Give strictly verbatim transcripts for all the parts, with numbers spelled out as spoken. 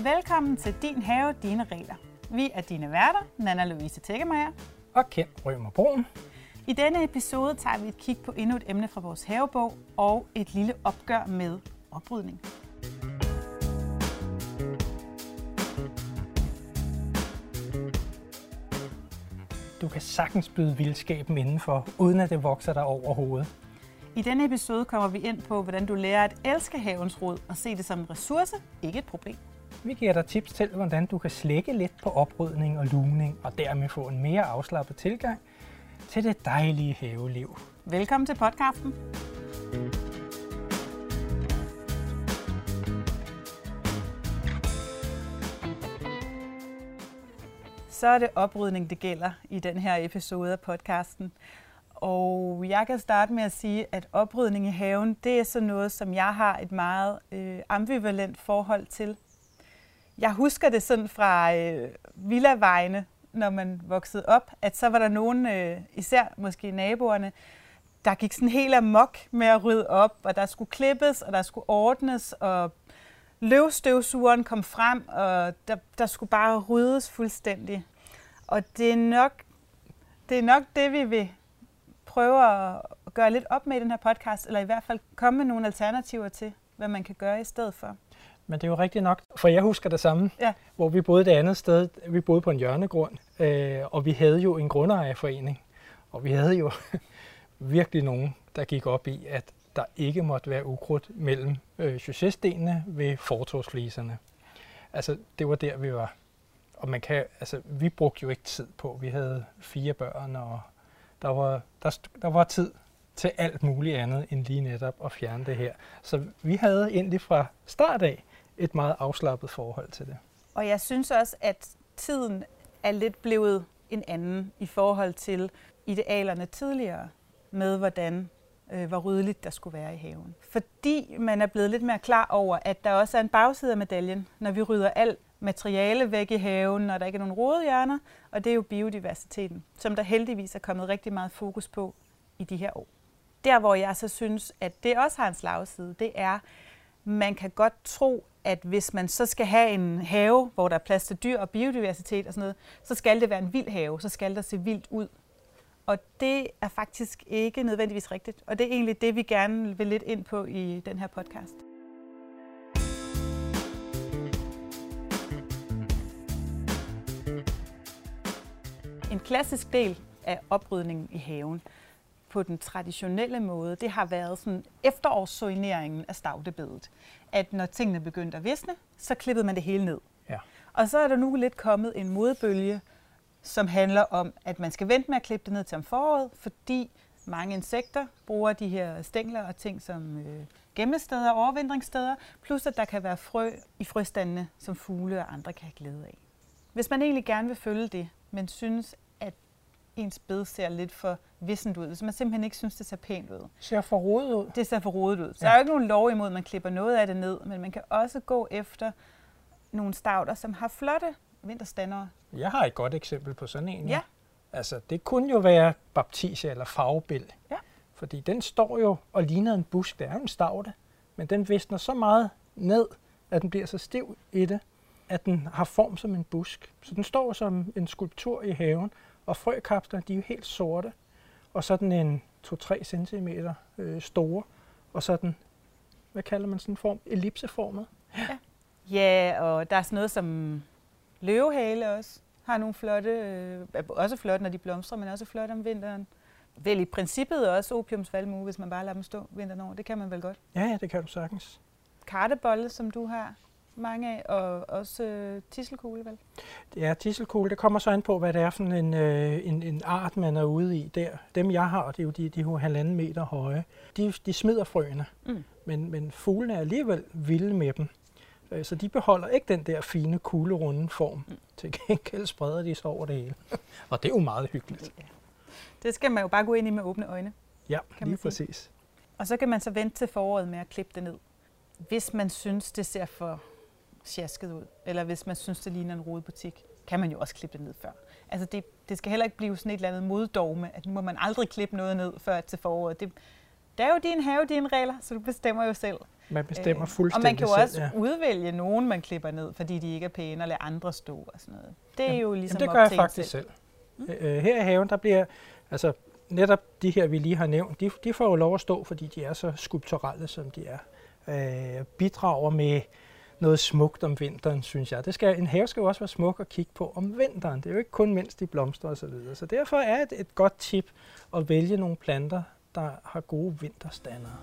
Velkommen til Din Have, Dine Regler. Vi er dine værter, Nanna Louise Teggemeier og Ken Rømer Broen. I denne episode tager vi et kig på endnu et emne fra vores havebog og et lille opgør med oprydning. Du kan sagtens byde vildskaben indenfor, uden at det vokser dig over hovedet. I denne episode kommer vi ind på, hvordan du lærer at elske havens rod og se det som en ressource, ikke et problem. Vi giver dig tips til, hvordan du kan slække lidt på oprydning og lugning, og dermed få en mere afslappet tilgang til det dejlige haveliv. Velkommen til podcasten. Så er det oprydning, det gælder i den her episode af podcasten. Og jeg kan starte med at sige, at oprydning i haven, det er sådan noget, som jeg har et meget øh, ambivalent forhold til. Jeg husker det sådan fra øh, villavejene, når man voksede op, at så var der nogen, øh, især måske naboerne, der gik sådan helt amok med at rydde op, og der skulle klippes, og der skulle ordnes, og løvstøvsugeren kom frem, og der, der skulle bare ryddes fuldstændig. Og det er nok det, er nok det vi vil prøve at gøre lidt op med i den her podcast, eller i hvert fald komme med nogle alternativer til, hvad man kan gøre i stedet for. Men det er jo rigtigt nok, for jeg husker det samme, ja. Hvor vi boede det andet sted. Vi boede på en hjørnegrund, øh, og vi havde jo en grundejerforening, og vi havde jo virkelig nogen, der gik op i, at der ikke måtte være ukrudt mellem øh, chausséstenene ved fortovsfliserne. Altså, det var der, vi var. Og man kan, altså, vi brugte jo ikke tid på. Vi havde fire børn, og der var, der, der var tid til alt muligt andet end lige netop at fjerne det her. Så vi havde egentlig fra start af et meget afslappet forhold til det. Og jeg synes også, at tiden er lidt blevet en anden i forhold til idealerne tidligere med, hvordan øh, hvor ryddeligt der skulle være i haven. Fordi man er blevet lidt mere klar over, at der også er en bagside af medaljen, når vi rydder alt materiale væk i haven, når der ikke er nogen rodehjørner, og det er jo biodiversiteten, som der heldigvis er kommet rigtig meget fokus på i de her år. Der, hvor jeg så synes, at det også har en slagside, det er, man kan godt tro, at hvis man så skal have en have, hvor der er plads til dyr og biodiversitet og sådan noget, så skal det være en vild have, så skal der se vildt ud. Og det er faktisk ikke nødvendigvis rigtigt, og det er egentlig det, vi gerne vil lidt ind på i den her podcast. En klassisk del af oprydningen i haven på den traditionelle måde, det har været sådan efterårssoigneringen af stavtebedet. At når tingene begyndte at visne, så klippede man det hele ned. Ja. Og så er der nu lidt kommet en modebølge, som handler om, at man skal vente med at klippe det ned til om foråret, fordi mange insekter bruger de her stængler og ting som øh, gemmesteder og overvintringssteder, plus at der kan være frø i frøstandene, som fugle og andre kan have glæde af. Hvis man egentlig gerne vil følge det, men synes, at ens bed ser lidt for vissent ud, hvis man simpelthen ikke synes, det ser pænt ud. Ser for rodet ud. Det ser for rodet ud. Så ja. Der er jo ikke nogen lov imod, at man klipper noget af det ned, men man kan også gå efter nogle stauder, som har flotte vinterstandere. Jeg har et godt eksempel på sådan en. Ja. Altså, det kunne jo være baptisia eller farvebild. Ja. Fordi den står jo og ligner en busk. Det er jo en stavte, men den visner så meget ned, at den bliver så stiv i det, at den har form som en busk. Så den står som en skulptur i haven, og frøkapsler, de er jo helt sorte. Og så er den en to til tre centimeter øh, store, og så er den, hvad kalder man sådan en form? Ellipseformet. Ja. Ja, og der er sådan noget som løvehale også. Har nogle flotte, øh, også flotte, når de blomstrer, men også flotte om vinteren. Vel i princippet også opiumsvalmue, hvis man bare lader dem stå vinteren over. Det kan man vel godt. Ja, ja, det kan du sagtens. Kartebolle, som du har mange af, og også øh, tisselkugle, vel? Ja, tisselkugle, det kommer så an på, hvad det er for en, øh, en, en art, man er ude i der. Dem jeg har, det er jo de, de er halvanden meter høje. De, de smider frøene, mm. men, men fuglene er alligevel vilde med dem. Så de beholder ikke den der fine, kuglerunde form. Mm. Til gengæld spreder de sig over det hele. Og det er jo meget hyggeligt. Ja. Det skal man jo bare gå ind i med åbne øjne. Ja, lige præcis. Og så kan man så vente til foråret med at klippe det ned. Hvis man synes, det ser for sjasket ud, eller hvis man synes, det ligner en rodebutik, kan man jo også klippe det ned før. Altså det, det skal heller ikke blive sådan et eller andet moddogme, at nu må man aldrig klippe noget ned før til foråret. Det, det er jo din have, dine regler, så du bestemmer jo selv. Man bestemmer Øh, fuldstændig Og man kan jo selv, også ja. udvælge nogen, man klipper ned, fordi de ikke er pæne, og lade andre stå og sådan noget. Det er Jamen, jo ligesom jamen, det op gør jeg til en faktisk selv. Mm. Øh, her i haven, der bliver, altså netop de her, vi lige har nævnt, de, de får jo lov at stå, fordi de er så skulpturelle, som de er. Øh, bidrager med noget smukt om vinteren, synes jeg. Det skal, en have skal jo også være smuk at kigge på om vinteren. Det er jo ikke kun mens de blomstrer og så videre. Så derfor er det et godt tip at vælge nogle planter, der har gode vinterstandere.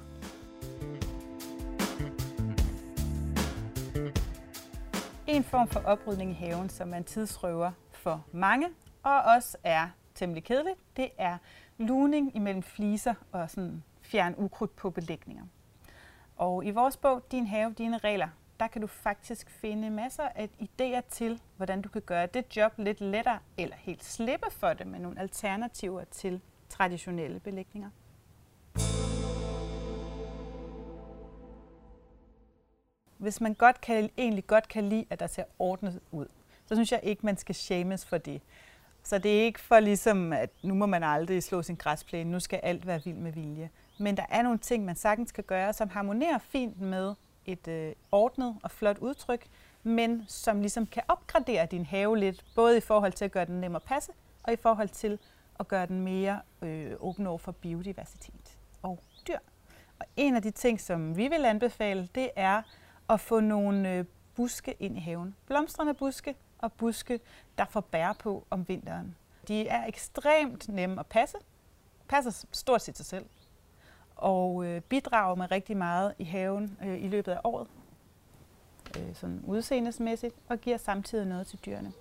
En form for oprydning i haven, som er en tidsrøver for mange, og også er temmelig kedeligt, det er lugning imellem fliser og sådan fjern ukrudt på belægninger. Og i vores bog, Din have, dine regler, der kan du faktisk finde masser af idéer til, hvordan du kan gøre det job lidt lettere, eller helt slippe for det med nogle alternativer til traditionelle belægninger. Hvis man godt kan, egentlig godt kan lide, at der ser ordnet ud, så synes jeg ikke, man skal shames for det. Så det er ikke for ligesom, at nu må man aldrig slå sin græsplæne, nu skal alt være vild med vilje. Men der er nogle ting, man sagtens kan gøre, som harmonerer fint med et øh, ordnet og flot udtryk, men som ligesom kan opgradere din have lidt, både i forhold til at gøre den nemmere at passe, og i forhold til at gøre den mere øh, åben over for biodiversitet og dyr. Og en af de ting, som vi vil anbefale, det er at få nogle øh, buske ind i haven. Blomstrende buske og buske, der får bær på om vinteren. De er ekstremt nemme at passe, passer stort set sig selv, og øh, bidrager med rigtig meget i haven øh, i løbet af året, øh, sådan udseendesmæssigt, og giver samtidig noget til dyrene.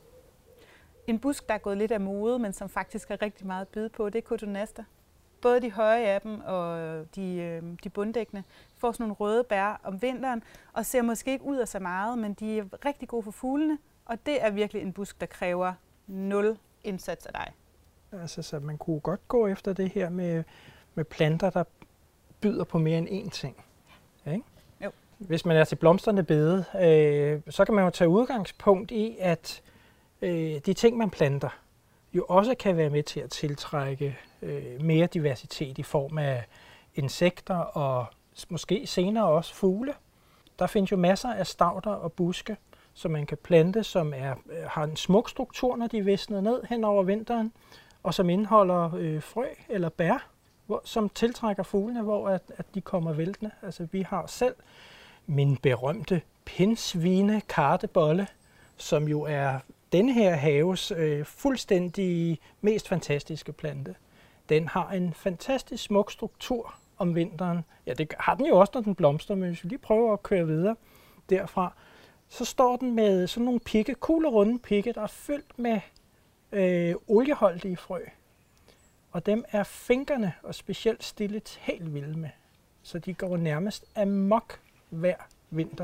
En busk, der er gået lidt af mode, men som faktisk har rigtig meget at byde på, det er cotonaster. Både de høje af dem og de, øh, de bunddækkende får sådan nogle røde bær om vinteren, og ser måske ikke ud af så meget, men de er rigtig gode for fuglene, og det er virkelig en busk, der kræver nul indsats af dig. Altså, så man kunne godt gå efter det her med, med planter, der byder på mere end én ting. Ikke? Jo. Hvis man er til blomstrende bede, øh, så kan man jo tage udgangspunkt i, at øh, de ting, man planter, jo også kan være med til at tiltrække øh, mere diversitet i form af insekter og måske senere også fugle. Der findes jo masser af stauder og buske, som man kan plante, som er, har en smuk struktur, når de er visnet ned hen over vinteren, og som indeholder øh, frø eller bær, hvor, som tiltrækker fuglene, hvor at, at de kommer væltende. Altså, vi har selv min berømte pindsvine kartebolle, som jo er den her haves øh, fuldstændig mest fantastiske plante. Den har en fantastisk smuk struktur om vinteren. Ja, det har den jo også, når den blomstrer, men hvis vi lige prøver at køre videre derfra, så står den med sådan nogle pigge, kuglerunde pigge, der er fyldt med øh, olieholdige frø. Og dem er finkerne og specielt stillet helt vilde med. Så de går nærmest amok hver vinter.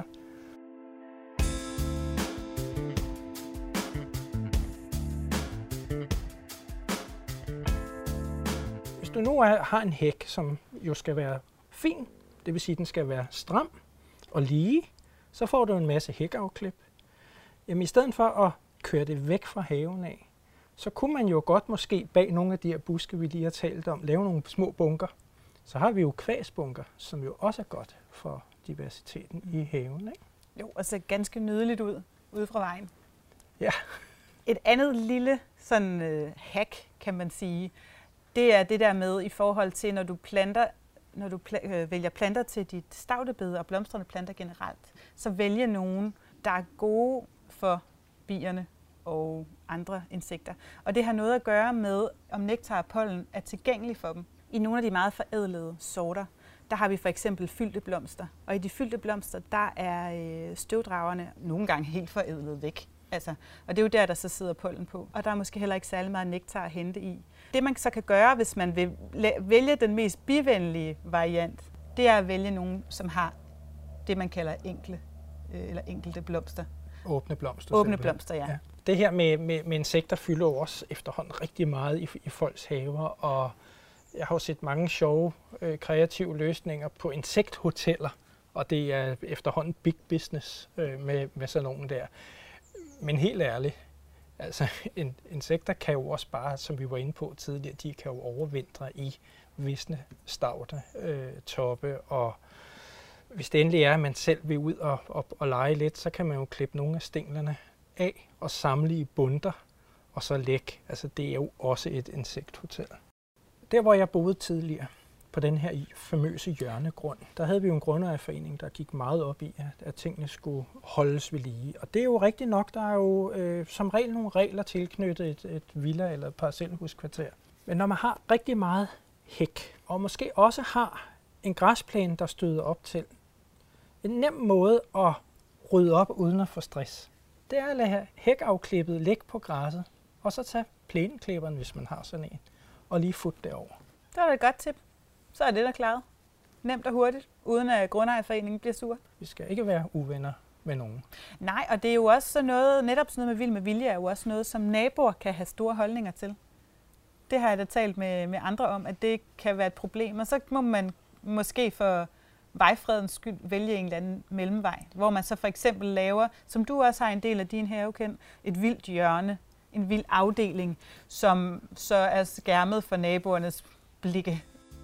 Hvis du nu er, har en hæk, som jo skal være fin, det vil sige, at den skal være stram og lige, så får du en masse hækafklip. Jamen, i stedet for at køre det væk fra haven af, så kunne man jo godt måske bag nogle af de her buske, vi lige har talt om, lave nogle små bunker. Så har vi jo kvasbunker, som jo også er godt for diversiteten i haven, ikke? Jo, og ser ganske nydeligt ud ude fra vejen. Ja. Et andet lille sådan øh, hack, kan man sige, det er det der med i forhold til, når du planter, når du pl- øh, vælger planter til dit staudebede og blomstrende planter generelt, så vælge nogen, der er gode for bierne og andre insekter. Og det har noget at gøre med, om nektar og pollen er tilgængelig for dem. I nogle af de meget forædlede sorter, der har vi for eksempel fyldte blomster. Og i de fyldte blomster, der er øh, støvdragerne nogle gange helt forædlet væk. Altså, og det er jo der, der så sidder pollen på. Og der er måske heller ikke særlig meget nektar at hente i. Det man så kan gøre, hvis man vil vælge den mest bivenlige variant, det er at vælge nogen, som har det, man kalder enkle øh, eller enkelte blomster. Åbne blomster. Åbne simpelthen. blomster, ja. ja. Det her med, med, med insekter fylder jo også efterhånden rigtig meget i, i folks haver, og jeg har jo set mange sjove, øh, kreative løsninger på insekthoteller, og det er efterhånden big business øh, med, med sådan nogle der. Men helt ærligt, altså in, insekter kan jo også bare, som vi var inde på tidligere, de kan jo overvintre i visne stauder, øh, toppe og hvis det endelig er, at man selv vil ud og, og, og lege lidt, så kan man jo klippe nogle af stænglerne af og samle i bundter og så lægge. Altså det er jo også et insekthotel. Der hvor jeg boede tidligere, på den her famøse hjørnegrund, der havde vi jo en grundejerforening, der gik meget op i, at, at tingene skulle holdes ved lige. Og det er jo rigtigt nok, der er jo øh, som regel nogle regler tilknyttet et, et villa- eller et parcelhuskvarter. Men når man har rigtig meget hæk, og måske også har en græsplæne, der støder op til, en nem måde at rydde op uden at få stress, det er at lade hækafklippet ligge på græsset, og så tage plæneklipperen, hvis man har sådan en, og lige futte det over. Det var et godt tip. Så er det der klaret. Nemt og hurtigt, uden at grundejerforeningen bliver sur. Vi skal ikke være uvenner med nogen. Nej, og det er jo også sådan noget, netop sådan noget med vild med vilje, er jo også noget, som naboer kan have store holdninger til. Det har jeg da talt med, med andre om, at det kan være et problem. Og så må man måske for vejfredens skyld vælge en eller anden mellemvej, hvor man så for eksempel laver, som du også har en del af din havekendt, et vildt hjørne, en vild afdeling, som så er skærmet for naboernes blikke.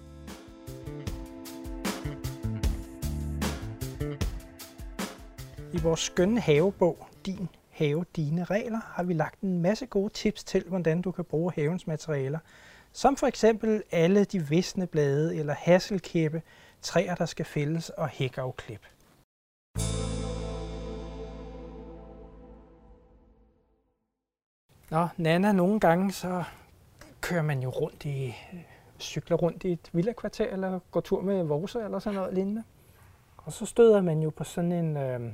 I vores skønne havebog, Din Have, Dine Regler, har vi lagt en masse gode tips til, hvordan du kan bruge havens materialer. Som for eksempel alle de visne blade eller hasselkæppe, træer, der skal fældes og hækafklip. Nå, Nana, nogle gange så kører man jo rundt i, cykler rundt i et villakvarter eller går tur med vorser eller sådan noget lignende. Og så støder man jo på sådan en, øh,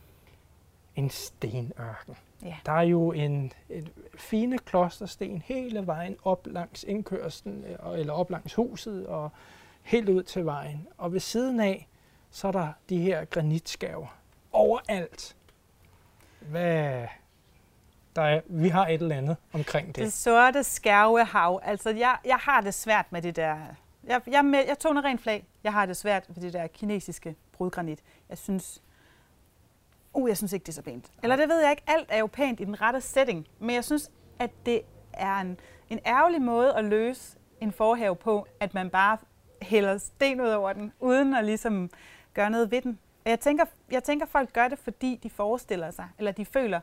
en stenørken. Ja. Der er jo en, en fine klostersten hele vejen op langs indkørslen, eller op langs huset og helt ud til vejen. Og ved siden af, så er der de her granitskærver overalt. Hvad... Der er, vi har et eller andet omkring det. Det sorte skærvehav. Altså, jeg, jeg har det svært med det der. Jeg, jeg, med, jeg toner rent flag. Jeg har det svært med det der kinesiske brudgranit. Jeg synes, uh, jeg synes ikke, det er så pænt. Eller det ved jeg ikke. Alt er jo pænt i den rette setting. Men jeg synes, at det er en, en ærgerlig måde at løse en forhave på, at man bare hælder sten ud over den, uden at ligesom gøre noget ved den. Og jeg tænker, jeg tænker, folk gør det, fordi de forestiller sig, eller de føler,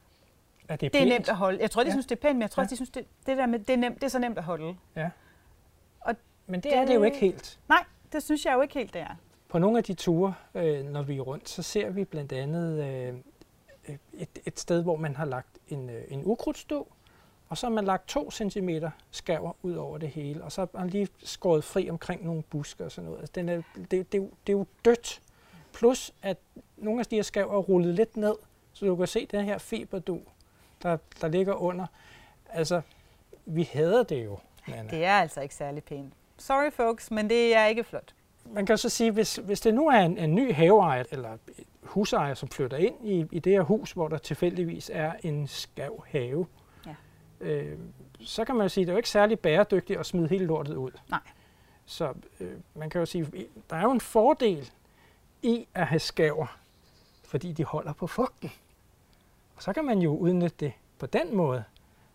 er det, det er nemt at holde. Jeg tror, de ja. synes, det er pænt, men jeg tror, ja. de synes, det, det der med, det er, nemt, det er så nemt at holde. Ja. Og men det, det er det jo ikke helt. Nej, det synes jeg jo ikke helt, det er. På nogle af de ture, øh, når vi er rundt, så ser vi blandt andet øh, et, et sted, hvor man har lagt en, øh, en ukrudtstøv, og så har man lagt to centimeter skærver ud over det hele, og så har man lige skåret fri omkring nogle busker og sådan noget. Altså, den er, det, det, det, det er jo dødt. Plus, at nogle af de her skærver er rullet lidt ned, så du kan se den her fiberdug, der, der ligger under. Altså, vi hader det jo, Nana. Det er altså ikke særlig pænt. Sorry folks, men det er ikke flot. Man kan så sige, hvis, hvis det nu er en, en ny haveejer eller husejer, som flytter ind i, i det her hus, hvor der tilfældigvis er en skæv have, ja. øh, så kan man jo sige, at det er jo ikke særlig bæredygtigt at smide hele lortet ud. Nej. Så øh, man kan jo sige, der er jo en fordel i at have skæver, fordi de holder på fugten. Og så kan man jo udnytte det på den måde.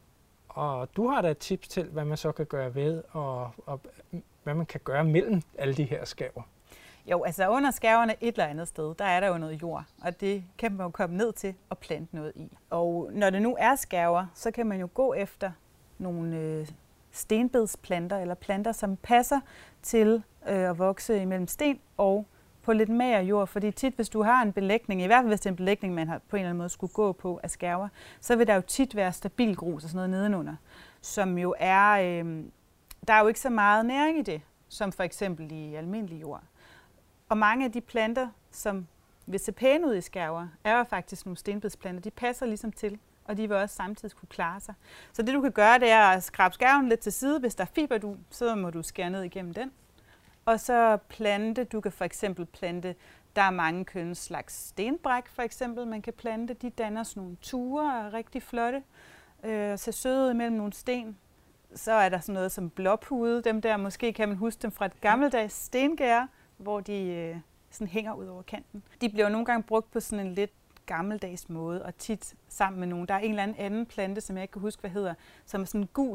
Og du har da et tips til, hvad man så kan gøre ved, og, og hvad man kan gøre mellem alle de her skærver. Jo, altså under skærverne et eller andet sted, der er der jo noget jord, og det kan man jo komme ned til og plante noget i. Og når det nu er skærver, så kan man jo gå efter nogle øh, stenbedsplanter, eller planter, som passer til øh, at vokse imellem sten og på lidt mager jord, fordi tit, hvis du har en belægning, i hvert fald hvis det er en belægning, man har på en eller anden måde skulle gå på af skærver, så vil der jo tit være stabil grus og sådan noget nedenunder, som jo er, øh, der er jo ikke så meget næring i det, som for eksempel i almindelig jord. Og mange af de planter, som vil se pæne ud i skærver, er jo faktisk nogle stenbedsplanter. De passer ligesom til, og de vil også samtidig kunne klare sig. Så det du kan gøre, det er at skrabe skærven lidt til side. Hvis der er fiber, så må du skære ned igennem den. Og så plante, du kan for eksempel plante, der er mange kønne slags stenbræk for eksempel, man kan plante. De danner sådan nogle ture og er rigtig flotte. Øh, ser søde ud imellem nogle sten. Så er der sådan noget som blåpude. Dem der, måske kan man huske dem fra et gammeldags stengærde, hvor de øh, sådan hænger ud over kanten. De bliver nogle gange brugt på sådan en lidt gammeldags måde, og tit sammen med nogen. Der er en eller anden anden plante, som jeg ikke kan huske, hvad hedder, som er sådan gul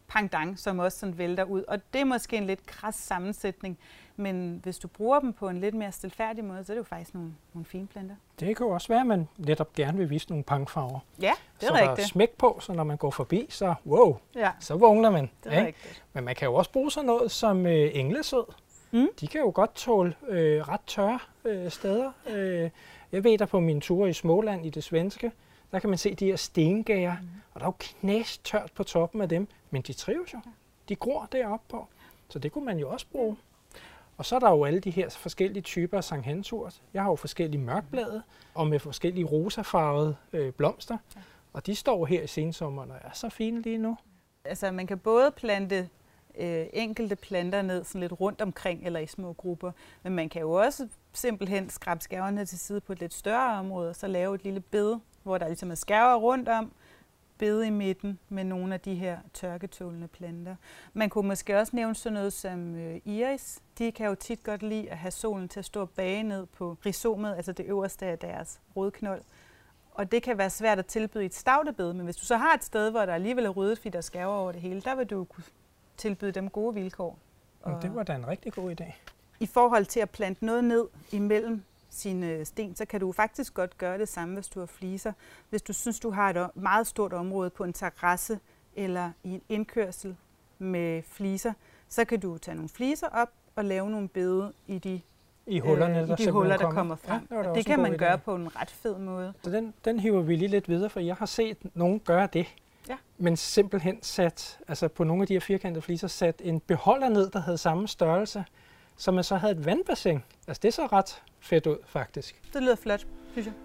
pendant, som også sådan vælter ud. Og det er måske en lidt kras sammensætning, men hvis du bruger dem på en lidt mere stilfærdig måde, så er det jo faktisk nogle, nogle fine planter. Det kan jo også være, at man netop gerne vil vise nogle pangfarver. Ja, det er så rigtigt. Så der er smæk på, så når man går forbi, så wow, ja. så vågner man. Det er ikke? rigtigt. Men man kan jo også bruge sådan noget som øh, englesød. Mm. De kan jo godt tåle øh, ret tørre øh, steder. Øh, jeg ved, der på mine ture i Småland i det svenske, der kan man se de her stengærer, mm. og der er jo knæstørt på toppen af dem, men de trives jo. De gror deroppe på, så det kunne man jo også bruge. Og så er der jo alle de her forskellige typer af Sankt Hans-urt. Jeg har jo forskellige mørkblade, og med forskellige rosafarvede øh, blomster, ja. Og de står her i sensommeren og er så fine lige nu. Altså man kan både plante øh, enkelte planter ned sådan lidt rundt omkring eller i små grupper, men man kan jo også simpelthen skrabe skærverne til side på et lidt større område, og så lave et lille bed, hvor der ligesom er skærver rundt om, bede i midten med nogle af de her tørketålende planter. Man kunne måske også nævne sådan noget som øh, iris. De kan jo tit godt lide at have solen til at stå bage ned på rhizomet, altså det øverste af deres rodknold. Og det kan være svært at tilbyde i et stavtebed, men hvis du så har et sted, hvor der alligevel er ryddet, fordi der er skærver over det hele, der vil du kunne tilbyde dem gode vilkår. Og det var da en rigtig god idé. I forhold til at plante noget ned imellem sine sten, så kan du faktisk godt gøre det samme, hvis du har fliser. Hvis du synes, du har et meget stort område på en terrasse eller i en indkørsel med fliser, så kan du tage nogle fliser op og lave nogle bede i de, I hullerne, øh, der, i de huller, der kommer, kommer frem. Ja, det, og det kan man gøre på en ret fed måde. Så den, den hiver vi lige lidt videre, for jeg har set nogen gøre det. Ja. Men simpelthen sat, altså på nogle af de her firkantede fliser, sat en beholder ned, der havde samme størrelse, så man så havde et vandbassin. Altså det så ret fedt ud, faktisk. Det lyder flot, synes jeg.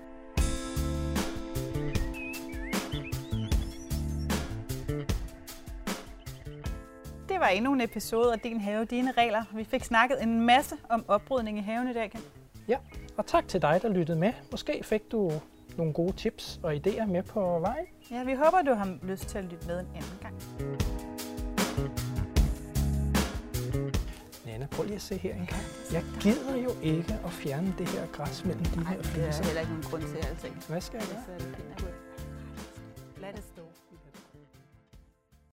Det var endnu en episode af Din Have, Dine Regler. Vi fik snakket en masse om oprydning i haven i dag, Ken. Ja, og tak til dig, der lyttede med. Måske fik du nogle gode tips og idéer med på vejen. Ja, vi håber, du har lyst til at lytte med en anden gang. Nanna, prøv lige at se her en gang. Jeg gider jo ikke at fjerne det her græs mellem de her fliser. Det er heller ikke nogen grund til, altså. Hvad skal jeg gøre? Lad det stå.